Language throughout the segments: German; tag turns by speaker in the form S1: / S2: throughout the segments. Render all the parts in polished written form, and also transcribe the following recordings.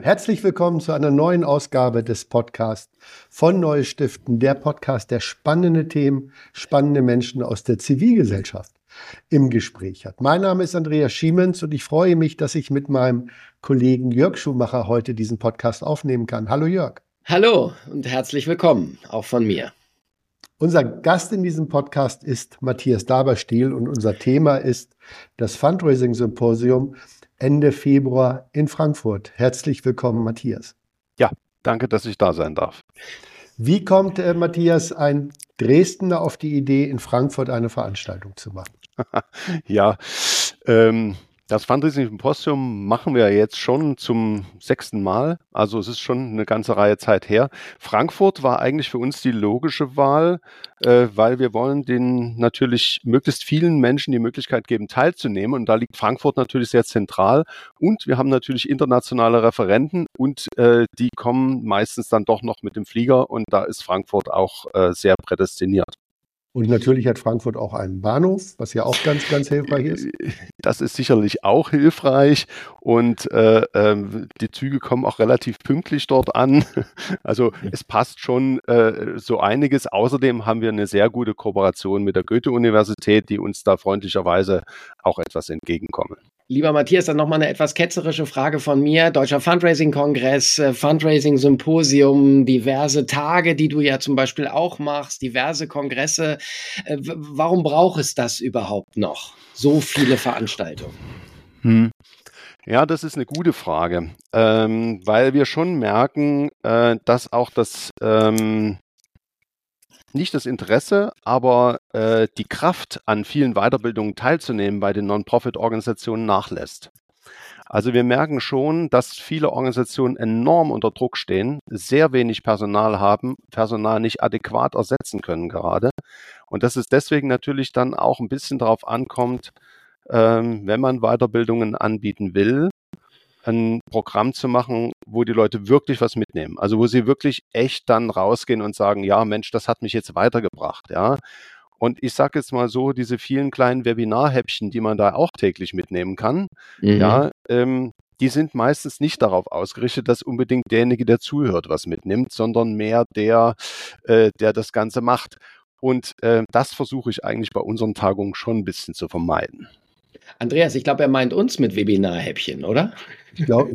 S1: Herzlich willkommen zu einer neuen Ausgabe des Podcasts von Neue Stiften, der Podcast, der spannende Themen, spannende Menschen aus der Zivilgesellschaft im Gespräch hat. Mein Name ist Andreas Schiemens und ich freue mich, dass ich mit meinem Kollegen Jörg Schumacher heute diesen Podcast aufnehmen kann. Hallo Jörg.
S2: Hallo und herzlich willkommen, auch von mir.
S1: Unser Gast in diesem Podcast ist Matthias Daberstiel und unser Thema ist das Fundraising-Symposium Ende Februar in Frankfurt. Herzlich willkommen, Matthias.
S3: Ja, danke, dass ich da sein darf.
S1: Wie kommt, Matthias, ein Dresdner auf die Idee, in Frankfurt eine Veranstaltung zu machen?
S3: Ja, das Fundraising-Symposium machen wir jetzt schon zum 6. Mal. Also es ist schon eine ganze Reihe Zeit her. Frankfurt war eigentlich für uns die logische Wahl, weil wir wollen den natürlich möglichst vielen Menschen die Möglichkeit geben, teilzunehmen. Und da liegt Frankfurt natürlich sehr zentral. Und wir haben natürlich internationale Referenten und die kommen meistens dann doch noch mit dem Flieger. Und da ist Frankfurt auch sehr prädestiniert.
S1: Und natürlich hat Frankfurt auch einen Bahnhof, was ja auch ganz, ganz hilfreich ist.
S3: Das ist sicherlich auch hilfreich und die Züge kommen auch relativ pünktlich dort an. Also es passt schon so einiges. Außerdem haben wir eine sehr gute Kooperation mit der Goethe-Universität, die uns da freundlicherweise auch etwas entgegenkommen.
S2: Lieber Matthias, dann nochmal eine etwas ketzerische Frage von mir. Deutscher Fundraising-Kongress, Fundraising-Symposium, diverse Tage, die du ja zum Beispiel auch machst, diverse Kongresse. Warum braucht es das überhaupt noch? So viele Veranstaltungen.
S3: Ja, das ist eine gute Frage, weil wir schon merken, dass auch nicht das Interesse, aber die Kraft, an vielen Weiterbildungen teilzunehmen bei den Non-Profit-Organisationen nachlässt. Also wir merken schon, dass viele Organisationen enorm unter Druck stehen, sehr wenig Personal haben, Personal nicht adäquat ersetzen können gerade. Und dass es deswegen natürlich dann auch ein bisschen darauf ankommt, wenn man Weiterbildungen anbieten will, ein Programm zu machen, wo die Leute wirklich was mitnehmen. Also wo sie wirklich echt dann rausgehen und sagen, ja Mensch, das hat mich jetzt weitergebracht, ja. Und ich sage jetzt mal so, diese vielen kleinen Webinarhäppchen, die man da auch täglich mitnehmen kann, ja, die sind meistens nicht darauf ausgerichtet, dass unbedingt derjenige, der zuhört, was mitnimmt, sondern mehr der das Ganze macht. Und das versuche ich eigentlich bei unseren Tagungen schon ein bisschen zu vermeiden.
S2: Andreas, ich glaube, er meint uns mit Webinarhäppchen, oder?
S1: Ich glaube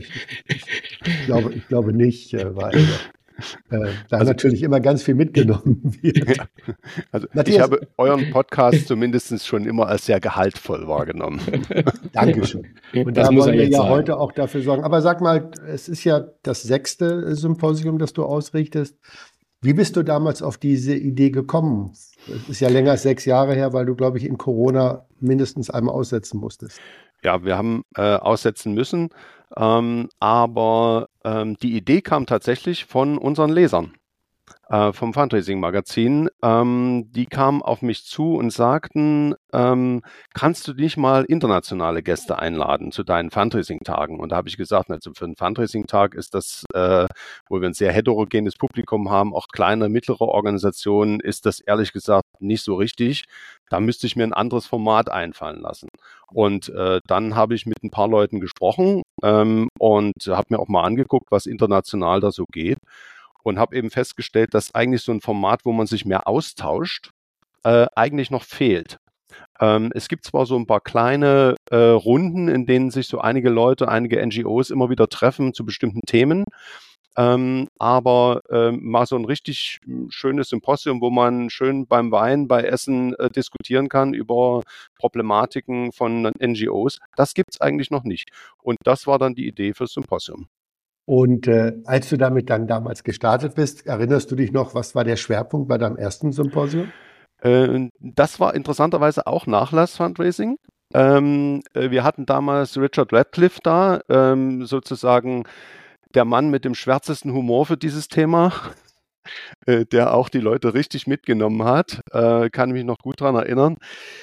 S1: nicht, weil da natürlich immer ganz viel mitgenommen wird.
S3: Ja. Also Matthias, ich habe euren Podcast zumindest schon immer als sehr gehaltvoll wahrgenommen.
S1: Dankeschön. Und da wollen wir ja heute auch dafür sorgen. Aber sag mal, es ist ja das 6. Symposium, das du ausrichtest. Wie bist du damals auf diese Idee gekommen? Es ist ja länger als 6 Jahre her, weil du, glaube ich, in Corona mindestens einmal aussetzen musstest.
S3: Ja, wir haben aussetzen müssen, aber die Idee kam tatsächlich von unseren Lesern vom Fundraising-Magazin. Die kamen auf mich zu und sagten, kannst du nicht mal internationale Gäste einladen zu deinen Fundraising-Tagen? Und da habe ich gesagt, also für einen Fundraising-Tag ist das, wo wir ein sehr heterogenes Publikum haben, auch kleine, mittlere Organisationen, ist das ehrlich gesagt nicht so richtig. Da müsste ich mir ein anderes Format einfallen lassen. Und dann habe ich mit ein paar Leuten gesprochen und habe mir auch mal angeguckt, was international da so geht. Und habe eben festgestellt, dass eigentlich so ein Format, wo man sich mehr austauscht, eigentlich noch fehlt. Es gibt zwar so ein paar kleine Runden, in denen sich so einige Leute, einige NGOs immer wieder treffen zu bestimmten Themen, aber mal so ein richtig schönes Symposium, wo man schön beim Wein, bei Essen diskutieren kann über Problematiken von NGOs, das gibt es eigentlich noch nicht. Und das war dann die Idee fürs Symposium.
S1: Und als du damit dann damals gestartet bist, erinnerst du dich noch, was war der Schwerpunkt bei deinem ersten Symposium?
S3: Das war interessanterweise auch Nachlass-Fundraising. Wir hatten damals Richard Radcliffe da, sozusagen der Mann mit dem schwärzesten Humor für dieses Thema, der auch die Leute richtig mitgenommen hat. Kann mich noch gut daran erinnern.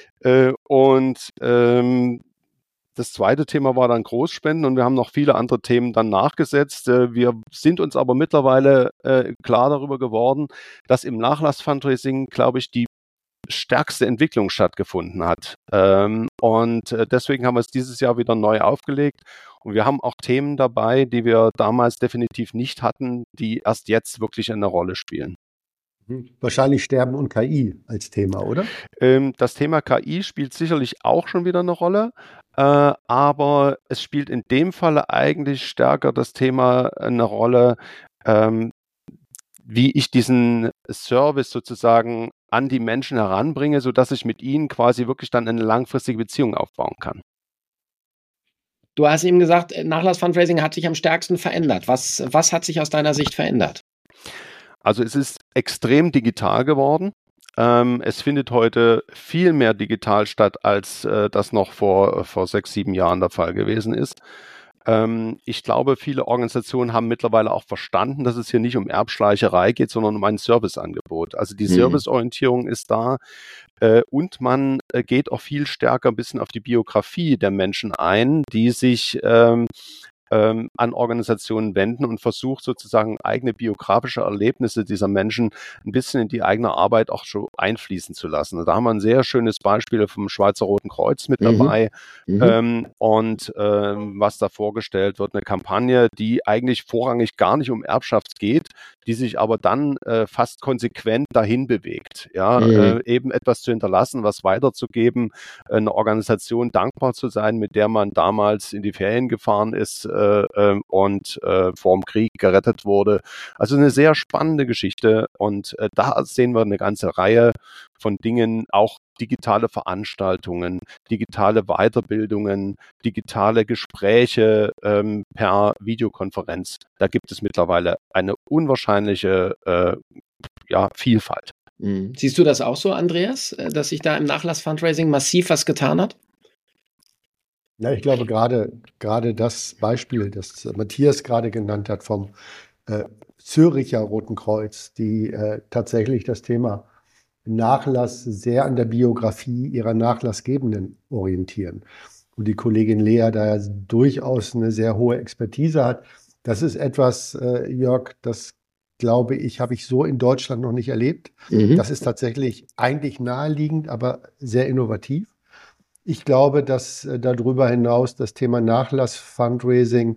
S3: Das zweite Thema war dann Großspenden und wir haben noch viele andere Themen dann nachgesetzt. Wir sind uns aber mittlerweile klar darüber geworden, dass im Nachlass-Fundraising, glaube ich, die stärkste Entwicklung stattgefunden hat. Und deswegen haben wir es dieses Jahr wieder neu aufgelegt. Und wir haben auch Themen dabei, die wir damals definitiv nicht hatten, die erst jetzt wirklich eine Rolle spielen.
S1: Wahrscheinlich Sterben und KI als Thema, oder?
S3: Das Thema KI spielt sicherlich auch schon wieder eine Rolle, aber es spielt in dem Falle eigentlich stärker das Thema eine Rolle, wie ich diesen Service sozusagen an die Menschen heranbringe, sodass ich mit ihnen quasi wirklich dann eine langfristige Beziehung aufbauen kann.
S2: Du hast eben gesagt, Nachlass-Fundraising hat sich am stärksten verändert. Was hat sich aus deiner Sicht verändert?
S3: Also es ist extrem digital geworden. Es findet heute viel mehr digital statt, als das noch vor 6, 7 Jahren der Fall gewesen ist. Ich glaube, viele Organisationen haben mittlerweile auch verstanden, dass es hier nicht um Erbschleicherei geht, sondern um ein Serviceangebot. Also die Serviceorientierung ist da und man geht auch viel stärker ein bisschen auf die Biografie der Menschen ein, die sich an Organisationen wenden und versucht sozusagen eigene biografische Erlebnisse dieser Menschen ein bisschen in die eigene Arbeit auch schon einfließen zu lassen. Da haben wir ein sehr schönes Beispiel vom Schweizer Roten Kreuz mit dabei was da vorgestellt wird, eine Kampagne, die eigentlich vorrangig gar nicht um Erbschaft geht, die sich aber dann fast konsequent dahin bewegt, eben etwas zu hinterlassen, was weiterzugeben, eine Organisation dankbar zu sein, mit der man damals in die Ferien gefahren ist und vor dem Krieg gerettet wurde. Also eine sehr spannende Geschichte und da sehen wir eine ganze Reihe von Dingen, auch digitale Veranstaltungen, digitale Weiterbildungen, digitale Gespräche per Videokonferenz. Da gibt es mittlerweile eine unwahrscheinliche Vielfalt.
S2: Siehst du das auch so, Andreas, dass sich da im Nachlass-Fundraising massiv was getan hat?
S1: Ja, ich glaube, gerade das Beispiel, das Matthias gerade genannt hat vom Züricher Roten Kreuz, die tatsächlich das Thema Nachlass sehr an der Biografie ihrer Nachlassgebenden orientieren. Und die Kollegin Lea da ja durchaus eine sehr hohe Expertise hat. Das ist etwas, Jörg, das glaube ich, habe ich so in Deutschland noch nicht erlebt. Das ist tatsächlich eigentlich naheliegend, aber sehr innovativ. Ich glaube, dass darüber hinaus das Thema Nachlass-Fundraising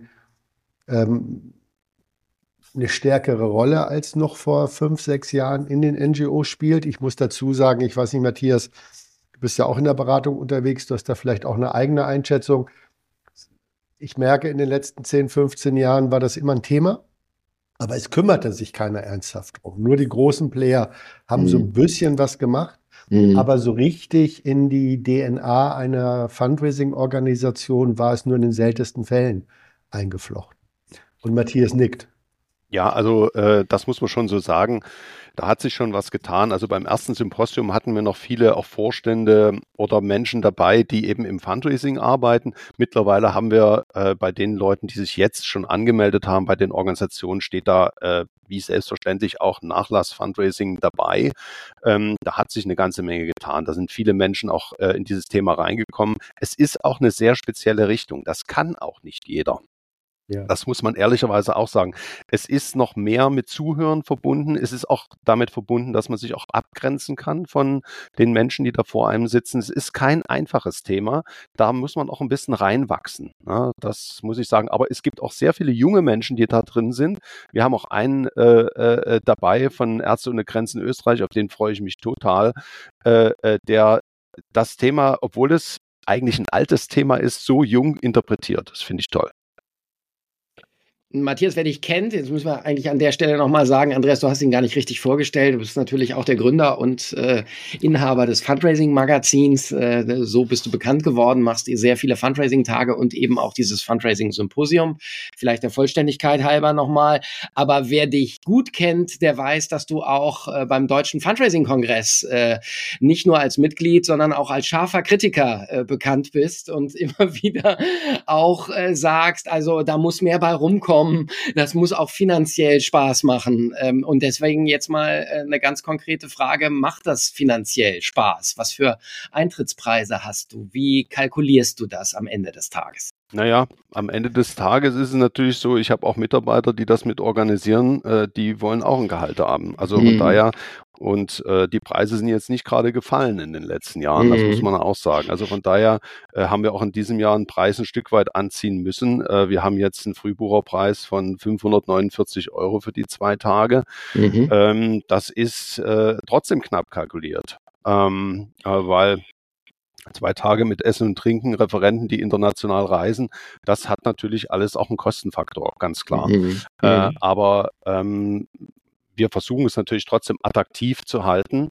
S1: eine stärkere Rolle als noch vor 5, 6 Jahren in den NGOs spielt. Ich muss dazu sagen, ich weiß nicht, Matthias, du bist ja auch in der Beratung unterwegs, du hast da vielleicht auch eine eigene Einschätzung. Ich merke, in den letzten 10, 15 Jahren war das immer ein Thema, aber es kümmerte sich keiner ernsthaft drum. Nur die großen Player haben so ein bisschen was gemacht, aber so richtig in die DNA einer Fundraising-Organisation war es nur in den seltensten Fällen eingeflochten. Und Matthias nickt.
S3: Ja, also das muss man schon so sagen. Da hat sich schon was getan. Also beim ersten Symposium hatten wir noch viele auch Vorstände oder Menschen dabei, die eben im Fundraising arbeiten. Mittlerweile haben wir bei den Leuten, die sich jetzt schon angemeldet haben, bei den Organisationen steht da wie selbstverständlich auch Nachlass-Fundraising dabei. Da hat sich eine ganze Menge getan. Da sind viele Menschen auch in dieses Thema reingekommen. Es ist auch eine sehr spezielle Richtung. Das kann auch nicht jeder. Ja. Das muss man ehrlicherweise auch sagen. Es ist noch mehr mit Zuhören verbunden. Es ist auch damit verbunden, dass man sich auch abgrenzen kann von den Menschen, die da vor einem sitzen. Es ist kein einfaches Thema. Da muss man auch ein bisschen reinwachsen. Ja, das muss ich sagen. Aber es gibt auch sehr viele junge Menschen, die da drin sind. Wir haben auch einen dabei von Ärzte ohne Grenzen Österreich, auf den freue ich mich total, der das Thema, obwohl es eigentlich ein altes Thema ist, so jung interpretiert. Das finde ich toll.
S2: Matthias, wer dich kennt, jetzt müssen wir eigentlich an der Stelle nochmal sagen, Andreas, du hast ihn gar nicht richtig vorgestellt. Du bist natürlich auch der Gründer und Inhaber des Fundraising-Magazins. So bist du bekannt geworden, machst sehr viele Fundraising-Tage und eben auch dieses Fundraising-Symposium. Vielleicht der Vollständigkeit halber nochmal. Aber wer dich gut kennt, der weiß, dass du auch beim Deutschen Fundraising-Kongress nicht nur als Mitglied, sondern auch als scharfer Kritiker bekannt bist und immer wieder auch sagst, also da muss mehr bei rumkommen. Das muss auch finanziell Spaß machen. Und deswegen jetzt mal eine ganz konkrete Frage. Macht das finanziell Spaß? Was für Eintrittspreise hast du? Wie kalkulierst du das am Ende des Tages?
S3: Naja, am Ende des Tages ist es natürlich so, ich habe auch Mitarbeiter, die das mit organisieren, die wollen auch ein Gehalt haben. Also von daher, Und die Preise sind jetzt nicht gerade gefallen in den letzten Jahren, das muss man auch sagen. Also von daher haben wir auch in diesem Jahr einen Preis ein Stück weit anziehen müssen. Wir haben jetzt einen Frühbucherpreis von 549 € für die 2 Tage. Das ist trotzdem knapp kalkuliert, weil 2 Tage mit Essen und Trinken, Referenten, die international reisen, das hat natürlich alles auch einen Kostenfaktor, ganz klar. Aber wir versuchen es natürlich trotzdem attraktiv zu halten.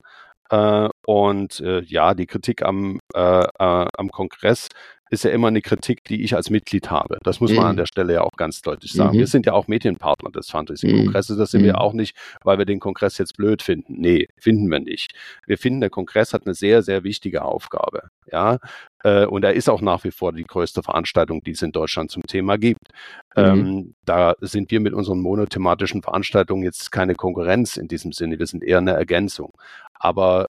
S3: Die Kritik am Kongress ist ja immer eine Kritik, die ich als Mitglied habe. Das muss man an der Stelle ja auch ganz deutlich sagen. Wir sind ja auch Medienpartner des Fundraising-Kongresses. Das sind wir auch nicht, weil wir den Kongress jetzt blöd finden. Nee, finden wir nicht. Wir finden, der Kongress hat eine sehr, sehr wichtige Aufgabe. Ja, und er ist auch nach wie vor die größte Veranstaltung, die es in Deutschland zum Thema gibt. Da sind wir mit unseren monothematischen Veranstaltungen jetzt keine Konkurrenz in diesem Sinne. Wir sind eher eine Ergänzung. Aber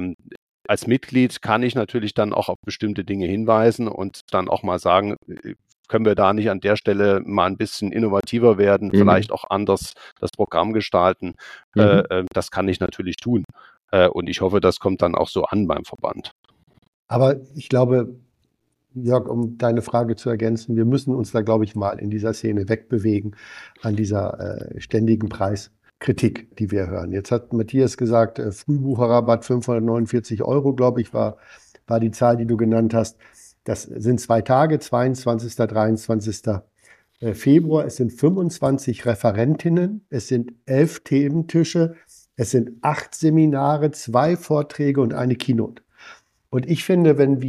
S3: als Mitglied kann ich natürlich dann auch auf bestimmte Dinge hinweisen und dann auch mal sagen, können wir da nicht an der Stelle mal ein bisschen innovativer werden, vielleicht auch anders das Programm gestalten. Das kann ich natürlich tun. Und ich hoffe, das kommt dann auch so an beim Verband.
S1: Aber ich glaube, Jörg, um deine Frage zu ergänzen, wir müssen uns da, glaube ich, mal in dieser Szene wegbewegen an dieser ständigen Preiskritik, die wir hören. Jetzt hat Matthias gesagt, Frühbucherrabatt 549 €, glaube ich, war die Zahl, die du genannt hast. Das sind 2 Tage, 22., 23. Februar. Es sind 25 Referentinnen, es sind 11 Thementische, es sind 8 Seminare, 2 Vorträge und eine Keynote. Und ich finde, wenn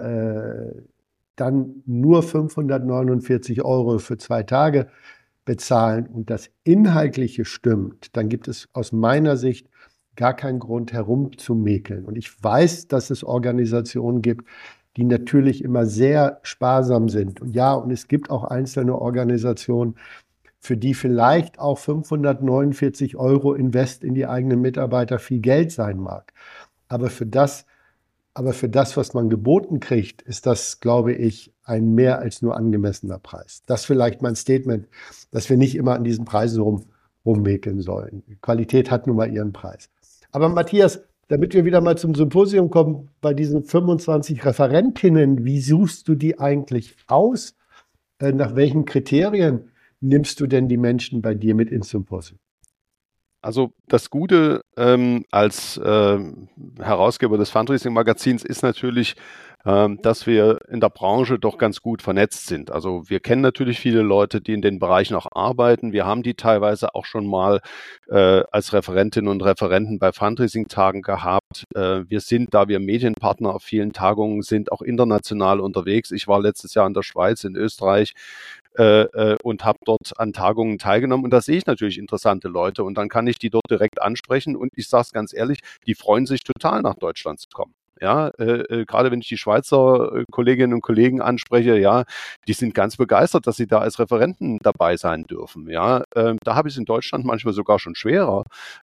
S1: wir dann nur 549 € für 2 Tage bezahlen und das Inhaltliche stimmt, dann gibt es aus meiner Sicht gar keinen Grund herumzumäkeln. Und ich weiß, dass es Organisationen gibt, die natürlich immer sehr sparsam sind. Und ja, und es gibt auch einzelne Organisationen, für die vielleicht auch 549 € Invest in die eigenen Mitarbeiter viel Geld sein mag. Aber für das, was man geboten kriegt, ist das, glaube ich, ein mehr als nur angemessener Preis. Das ist vielleicht mein Statement, dass wir nicht immer an diesen Preisen rummäkeln sollen. Qualität hat nun mal ihren Preis. Aber Matthias, damit wir wieder mal zum Symposium kommen, bei diesen 25 Referentinnen, wie suchst du die eigentlich aus? Nach welchen Kriterien nimmst du denn die Menschen bei dir mit ins Symposium?
S3: Also das Gute als Herausgeber des Fundraising-Magazins ist natürlich, dass wir in der Branche doch ganz gut vernetzt sind. Also wir kennen natürlich viele Leute, die in den Bereichen auch arbeiten. Wir haben die teilweise auch schon mal als Referentinnen und Referenten bei Fundraising-Tagen gehabt. Wir sind, da wir Medienpartner auf vielen Tagungen sind, auch international unterwegs. Ich war letztes Jahr in der Schweiz, in Österreich, und habe dort an Tagungen teilgenommen. Und da sehe ich natürlich interessante Leute und dann kann ich die dort direkt ansprechen. Und ich sage es ganz ehrlich, die freuen sich total, nach Deutschland zu kommen. Ja, gerade wenn ich die Schweizer Kolleginnen und Kollegen anspreche, ja, die sind ganz begeistert, dass sie da als Referenten dabei sein dürfen. Ja, da habe ich es in Deutschland manchmal sogar schon schwerer,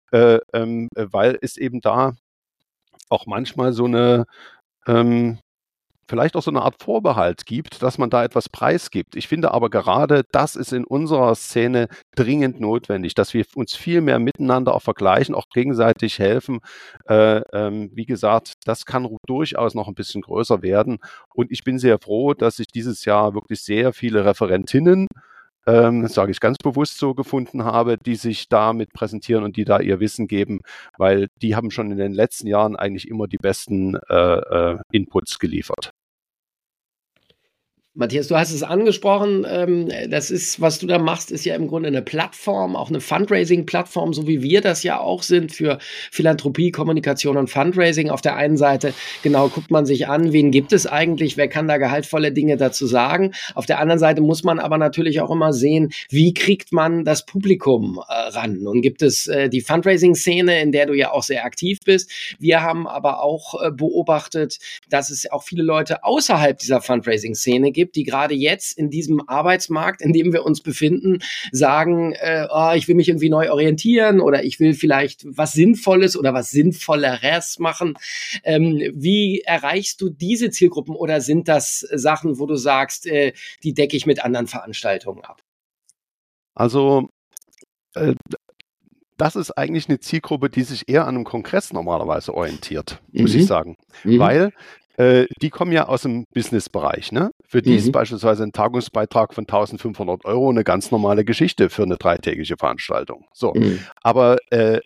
S3: weil es eben da auch manchmal so eine vielleicht auch so eine Art Vorbehalt gibt, dass man da etwas preisgibt. Ich finde aber gerade, das ist in unserer Szene dringend notwendig, dass wir uns viel mehr miteinander auch vergleichen, auch gegenseitig helfen. Wie gesagt, das kann durchaus noch ein bisschen größer werden. Und ich bin sehr froh, dass ich dieses Jahr wirklich sehr viele Referentinnen, sage ich ganz bewusst so, gefunden habe, die sich damit präsentieren und die da ihr Wissen geben, weil die haben schon in den letzten Jahren eigentlich immer die besten Inputs geliefert.
S2: Matthias, du hast es angesprochen, das ist, was du da machst, ist ja im Grunde eine Plattform, auch eine Fundraising-Plattform, so wie wir das ja auch sind für Philanthropie, Kommunikation und Fundraising. Auf der einen Seite, genau, guckt man sich an, wen gibt es eigentlich, wer kann da gehaltvolle Dinge dazu sagen. Auf der anderen Seite muss man aber natürlich auch immer sehen, wie kriegt man das Publikum ran. Nun gibt es die Fundraising-Szene, in der du ja auch sehr aktiv bist. Wir haben aber auch beobachtet, dass es auch viele Leute außerhalb dieser Fundraising-Szene gibt, die gerade jetzt in diesem Arbeitsmarkt, in dem wir uns befinden, sagen, ich will mich irgendwie neu orientieren oder ich will vielleicht was Sinnvolles oder was Sinnvolleres machen. Wie erreichst du diese Zielgruppen oder sind das Sachen, wo du sagst, die decke ich mit anderen Veranstaltungen ab?
S3: Also das ist eigentlich eine Zielgruppe, die sich eher an einem Kongress normalerweise orientiert, muss ich sagen. Weil die kommen ja aus dem Businessbereich. Ne? Für die ist beispielsweise ein Tagungsbeitrag von 1.500 € eine ganz normale Geschichte für eine dreitägige Veranstaltung. So, aber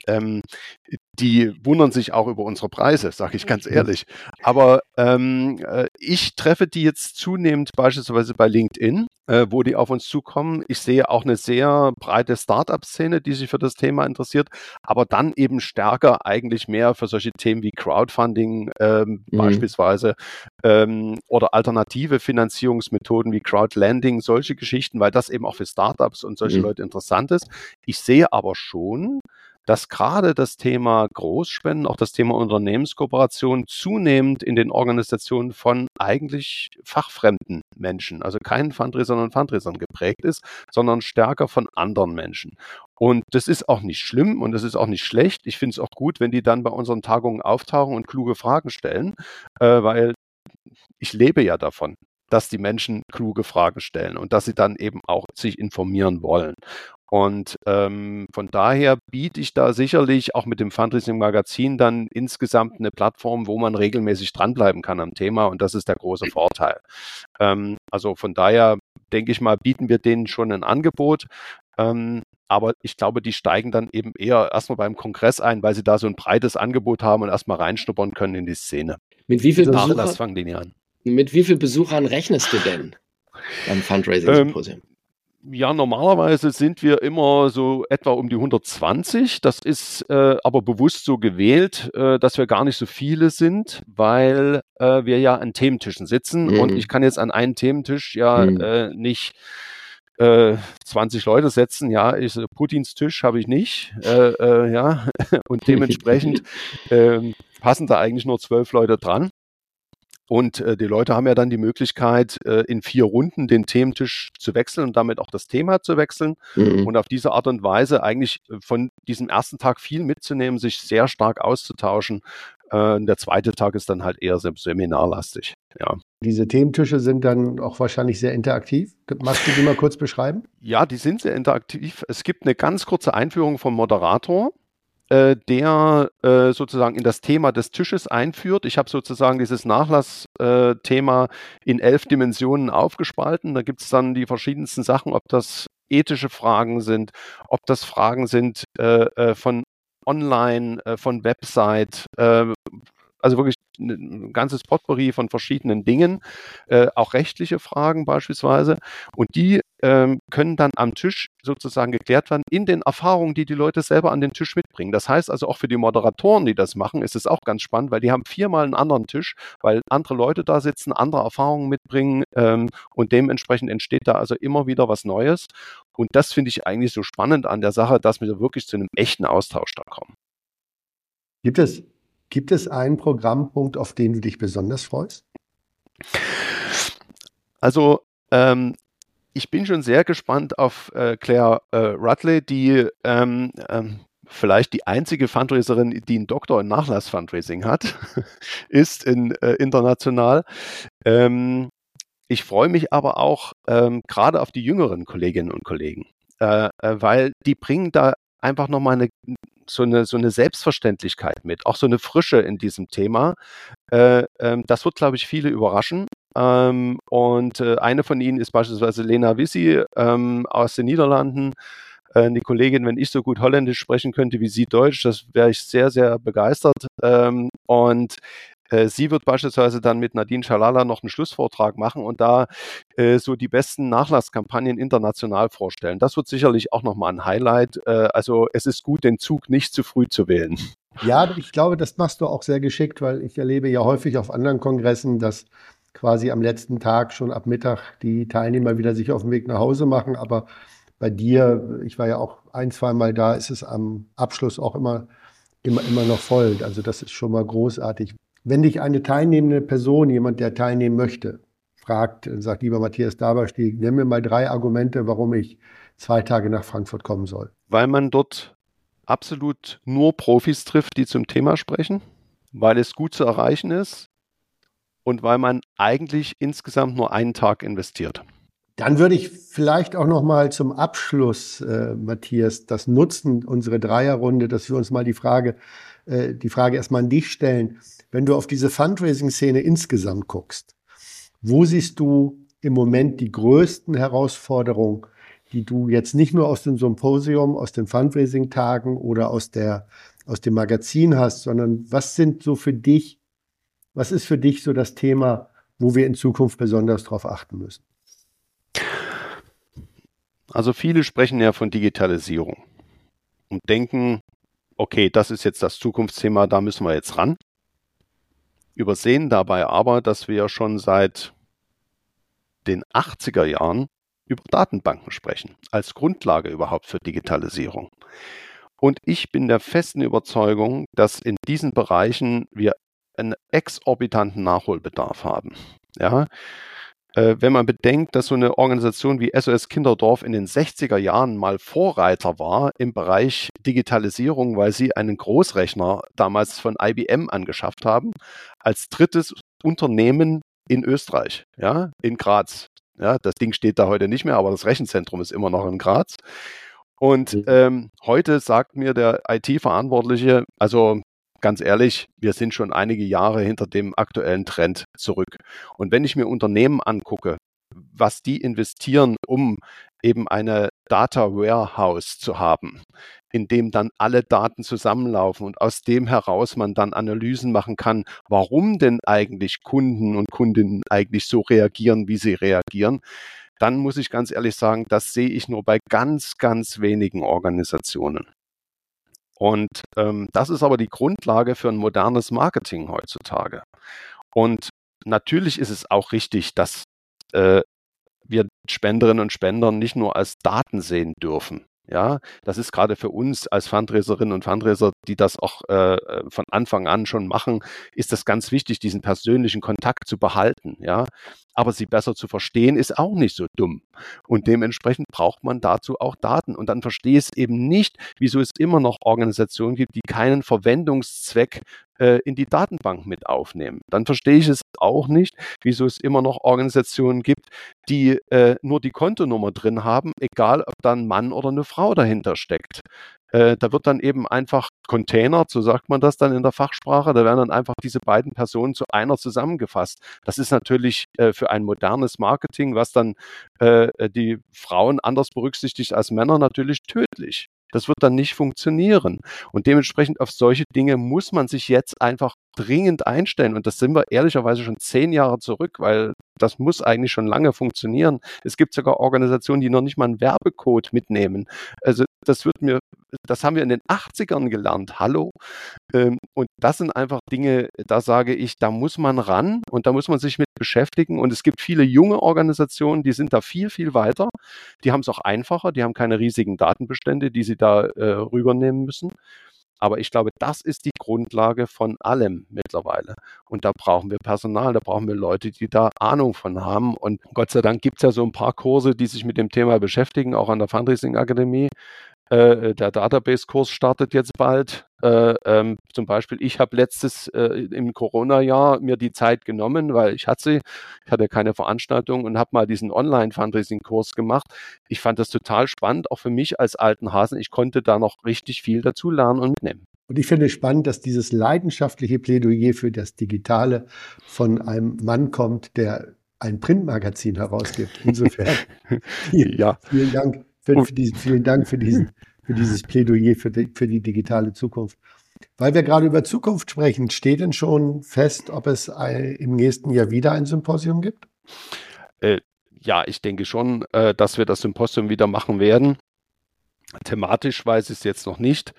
S3: die wundern sich auch über unsere Preise, sage ich ganz ehrlich. Aber ich treffe die jetzt zunehmend beispielsweise bei LinkedIn, wo die auf uns zukommen. Ich sehe auch eine sehr breite Startup-Szene, die sich für das Thema interessiert, aber dann eben stärker eigentlich mehr für solche Themen wie Crowdfunding beispielsweise oder alternative Finanzierungsmethoden wie Crowdlending, solche Geschichten, weil das eben auch für Startups und solche Leute interessant ist. Ich sehe aber schon, dass gerade das Thema Großspenden, auch das Thema Unternehmenskooperation zunehmend in den Organisationen von eigentlich fachfremden Menschen, also keinen Fundraisern und Fundraisern geprägt ist, sondern stärker von anderen Menschen. Und das ist auch nicht schlimm und das ist auch nicht schlecht. Ich finde es auch gut, wenn die dann bei unseren Tagungen auftauchen und kluge Fragen stellen, weil ich lebe ja davon, dass die Menschen kluge Fragen stellen und dass sie dann eben auch sich informieren wollen. Und von daher biete ich da sicherlich auch mit dem Fundraising-Magazin dann insgesamt eine Plattform, wo man regelmäßig dranbleiben kann am Thema und das ist der große Vorteil. Also von daher denke ich mal, bieten wir denen schon ein Angebot. Aber ich glaube, die steigen dann eben eher erstmal beim Kongress ein, weil sie da so ein breites Angebot haben und erstmal reinschnuppern können in die Szene.
S2: Mit wie viel
S3: Nachlass fangen die nie an.
S2: Mit wie vielen Besuchern rechnest du denn beim Fundraising-Symposium?
S3: Ja, normalerweise sind wir immer so etwa um die 120. Das ist aber bewusst so gewählt, dass wir gar nicht so viele sind, weil wir ja an Thementischen sitzen und ich kann jetzt an einen Thementisch nicht 20 Leute setzen. Ja, Putins Tisch habe ich nicht. Ja, und dementsprechend passen da eigentlich nur 12 Leute dran. Und die Leute haben ja dann die Möglichkeit, in 4 Runden den Thementisch zu wechseln und damit auch das Thema zu wechseln und auf diese Art und Weise eigentlich von diesem ersten Tag viel mitzunehmen, sich sehr stark auszutauschen. Der zweite Tag ist dann halt eher seminarlastig. Ja.
S1: Diese Thementische sind dann auch wahrscheinlich sehr interaktiv. Magst du die mal kurz beschreiben?
S3: Ja, die sind sehr interaktiv. Es gibt eine ganz kurze Einführung vom Moderator, der sozusagen in das Thema des Tisches einführt. Ich habe sozusagen dieses Nachlassthema in 11 Dimensionen aufgespalten. Da gibt es dann die verschiedensten Sachen, ob das ethische Fragen sind, ob das Fragen sind von Online, von Website, also wirklich ein ganzes Potpourri von verschiedenen Dingen, auch rechtliche Fragen beispielsweise. Und die können dann am Tisch sozusagen geklärt werden in den Erfahrungen, die die Leute selber an den Tisch mitbringen. Das heißt also auch für die Moderatoren, die das machen, ist es auch ganz spannend, weil die haben 4-mal einen anderen Tisch, weil andere Leute da sitzen, andere Erfahrungen mitbringen und dementsprechend entsteht da also immer wieder was Neues. Und das finde ich eigentlich so spannend an der Sache, dass wir wirklich zu einem echten Austausch da kommen.
S1: Gibt es einen Programmpunkt, auf den du dich besonders freust?
S3: Also ich bin schon sehr gespannt auf Claire Rutley, die vielleicht die einzige Fundraiserin, die einen Doktor in Nachlass-Fundraising hat, ist international. Ich freue mich aber auch gerade auf die jüngeren Kolleginnen und Kollegen, weil die bringen da einfach nochmal so eine Selbstverständlichkeit mit, auch so eine Frische in diesem Thema. Das wird, glaube ich, viele überraschen. Und eine von ihnen ist beispielsweise Lena Wissi aus den Niederlanden. Die Kollegin, wenn ich so gut Holländisch sprechen könnte wie sie Deutsch, das wäre ich sehr, sehr begeistert. Und sie wird beispielsweise dann mit Nadine Schalala noch einen Schlussvortrag machen und da so die besten Nachlasskampagnen international vorstellen. Das wird sicherlich auch nochmal ein Highlight. Also es ist gut, den Zug nicht zu früh zu wählen.
S1: Ja, ich glaube, das machst du auch sehr geschickt, weil ich erlebe ja häufig auf anderen Kongressen, dass quasi am letzten Tag schon ab Mittag die Teilnehmer wieder sich auf den Weg nach Hause machen. Aber bei dir, ich war ja auch 1-2 Mal da, ist es am Abschluss auch immer noch voll. Also das ist schon mal großartig. Wenn dich eine teilnehmende Person, jemand, der teilnehmen möchte, fragt, sagt, lieber Matthias Daberstieg, nenn mir mal 3 Argumente, warum ich 2 Tage nach Frankfurt kommen soll.
S3: Weil man dort absolut nur Profis trifft, die zum Thema sprechen, weil es gut zu erreichen ist und weil man eigentlich insgesamt nur einen Tag investiert.
S1: Dann würde ich vielleicht auch noch mal zum Abschluss, Matthias, das nutzen, unsere Dreierrunde, dass wir uns mal die Frage erstmal an dich stellen. Wenn du auf diese Fundraising-Szene insgesamt guckst, wo siehst du im Moment die größten Herausforderungen, die du jetzt nicht nur aus dem Symposium, aus den Fundraising-Tagen oder aus dem Magazin hast, sondern was ist für dich so das Thema, wo wir in Zukunft besonders darauf achten müssen?
S3: Also viele sprechen ja von Digitalisierung und denken, okay, das ist jetzt das Zukunftsthema, da müssen wir jetzt ran. Übersehen dabei aber, dass wir schon seit den 80er Jahren über Datenbanken sprechen, als Grundlage überhaupt für Digitalisierung. Und ich bin der festen Überzeugung, dass in diesen Bereichen wir einen exorbitanten Nachholbedarf haben. Ja, wenn man bedenkt, dass so eine Organisation wie SOS Kinderdorf in den 60er Jahren mal Vorreiter war im Bereich Digitalisierung, weil sie einen Großrechner damals von IBM angeschafft haben, als drittes Unternehmen in Österreich, ja, in Graz. Ja, das Ding steht da heute nicht mehr, aber das Rechenzentrum ist immer noch in Graz. Und heute sagt mir der IT-Verantwortliche, also ganz ehrlich, wir sind schon einige Jahre hinter dem aktuellen Trend zurück. Und wenn ich mir Unternehmen angucke, was die investieren, um eben eine Data Warehouse zu haben, in dem dann alle Daten zusammenlaufen und aus dem heraus man dann Analysen machen kann, warum denn eigentlich Kunden und Kundinnen eigentlich so reagieren, wie sie reagieren, dann muss ich ganz ehrlich sagen, das sehe ich nur bei ganz, ganz wenigen Organisationen. Und das ist aber die Grundlage für ein modernes Marketing heutzutage. Und natürlich ist es auch richtig, dass wir Spenderinnen und Spender nicht nur als Daten sehen dürfen. Ja, das ist gerade für uns als Fundraiserinnen und Fundraiser, die das auch von Anfang an schon machen, ist das ganz wichtig, diesen persönlichen Kontakt zu behalten. Ja, aber sie besser zu verstehen, ist auch nicht so dumm. Und dementsprechend braucht man dazu auch Daten. Und dann verstehe ich es eben nicht, wieso es immer noch Organisationen gibt, die keinen Verwendungszweck in die Datenbank mit aufnehmen. Dann verstehe ich es auch nicht, wieso es immer noch Organisationen gibt, die nur die Kontonummer drin haben, egal ob da ein Mann oder eine Frau dahinter steckt. Da wird dann eben einfach containert, so sagt man das dann in der Fachsprache, da werden dann einfach diese beiden Personen zu einer zusammengefasst. Das ist natürlich für ein modernes Marketing, was dann die Frauen anders berücksichtigt als Männer, natürlich tödlich. Das wird dann nicht funktionieren. Und dementsprechend auf solche Dinge muss man sich jetzt einfach dringend einstellen. Und das sind wir ehrlicherweise schon 10 Jahre zurück, weil das muss eigentlich schon lange funktionieren. Es gibt sogar Organisationen, die noch nicht mal einen Werbecode mitnehmen. Also das haben wir in den 80ern gelernt. Hallo? Und das sind einfach Dinge, da sage ich, da muss man ran und da muss man sich mit beschäftigen. Und es gibt viele junge Organisationen, die sind da viel, viel weiter. Die haben es auch einfacher, die haben keine riesigen Datenbestände, die sie da rübernehmen müssen. Aber ich glaube, das ist die Grundlage von allem mittlerweile. Und da brauchen wir Personal, da brauchen wir Leute, die da Ahnung von haben. Und Gott sei Dank gibt es ja so ein paar Kurse, die sich mit dem Thema beschäftigen, auch an der Fundraising Akademie. Der Database-Kurs startet jetzt bald. Zum Beispiel, ich habe letztes im Corona-Jahr mir die Zeit genommen, weil ich hatte keine Veranstaltung und habe mal diesen Online-Fundraising-Kurs gemacht. Ich fand das total spannend, auch für mich als alten Hasen. Ich konnte da noch richtig viel dazu lernen und mitnehmen.
S1: Und ich finde es spannend, dass dieses leidenschaftliche Plädoyer für das Digitale von einem Mann kommt, der ein Printmagazin herausgibt. Insofern vielen Dank. Vielen Dank für dieses Plädoyer für die digitale Zukunft. Weil wir gerade über Zukunft sprechen, steht denn schon fest, ob es im nächsten Jahr wieder ein Symposium gibt?
S3: Ja, ich denke schon, dass wir das Symposium wieder machen werden. Thematisch weiß ich es jetzt noch nicht.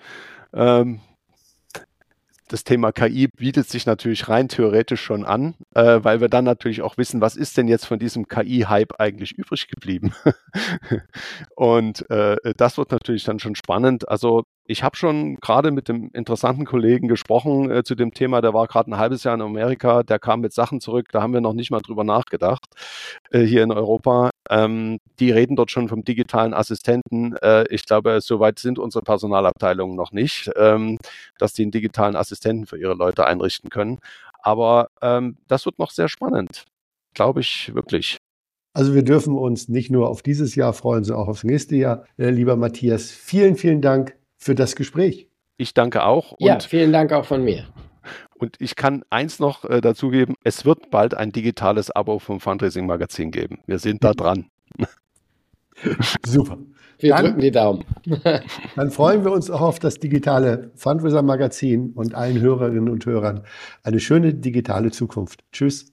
S3: Das Thema KI bietet sich natürlich rein theoretisch schon an, weil wir dann natürlich auch wissen, was ist denn jetzt von diesem KI-Hype eigentlich übrig geblieben? Und das wird natürlich dann schon spannend. Also ich habe schon gerade mit dem interessanten Kollegen gesprochen zu dem Thema, der war gerade ein halbes Jahr in Amerika, der kam mit Sachen zurück, da haben wir noch nicht mal drüber nachgedacht, hier in Europa. Die reden dort schon vom digitalen Assistenten. Ich glaube, soweit sind unsere Personalabteilungen noch nicht, dass die einen digitalen Assistenten für ihre Leute einrichten können. Aber das wird noch sehr spannend, glaube ich wirklich.
S1: Also wir dürfen uns nicht nur auf dieses Jahr freuen, sondern auch aufs nächste Jahr. Lieber Matthias, vielen, vielen Dank für das Gespräch.
S3: Ich danke auch.
S2: Ja, vielen Dank auch von mir.
S3: Und ich kann eins noch dazugeben, es wird bald ein digitales Abo vom Fundraising Magazin geben. Wir sind da dran.
S1: Super.
S2: Wir drücken die Daumen.
S1: Dann freuen wir uns auch auf das digitale Fundraiser Magazin und allen Hörerinnen und Hörern eine schöne digitale Zukunft. Tschüss.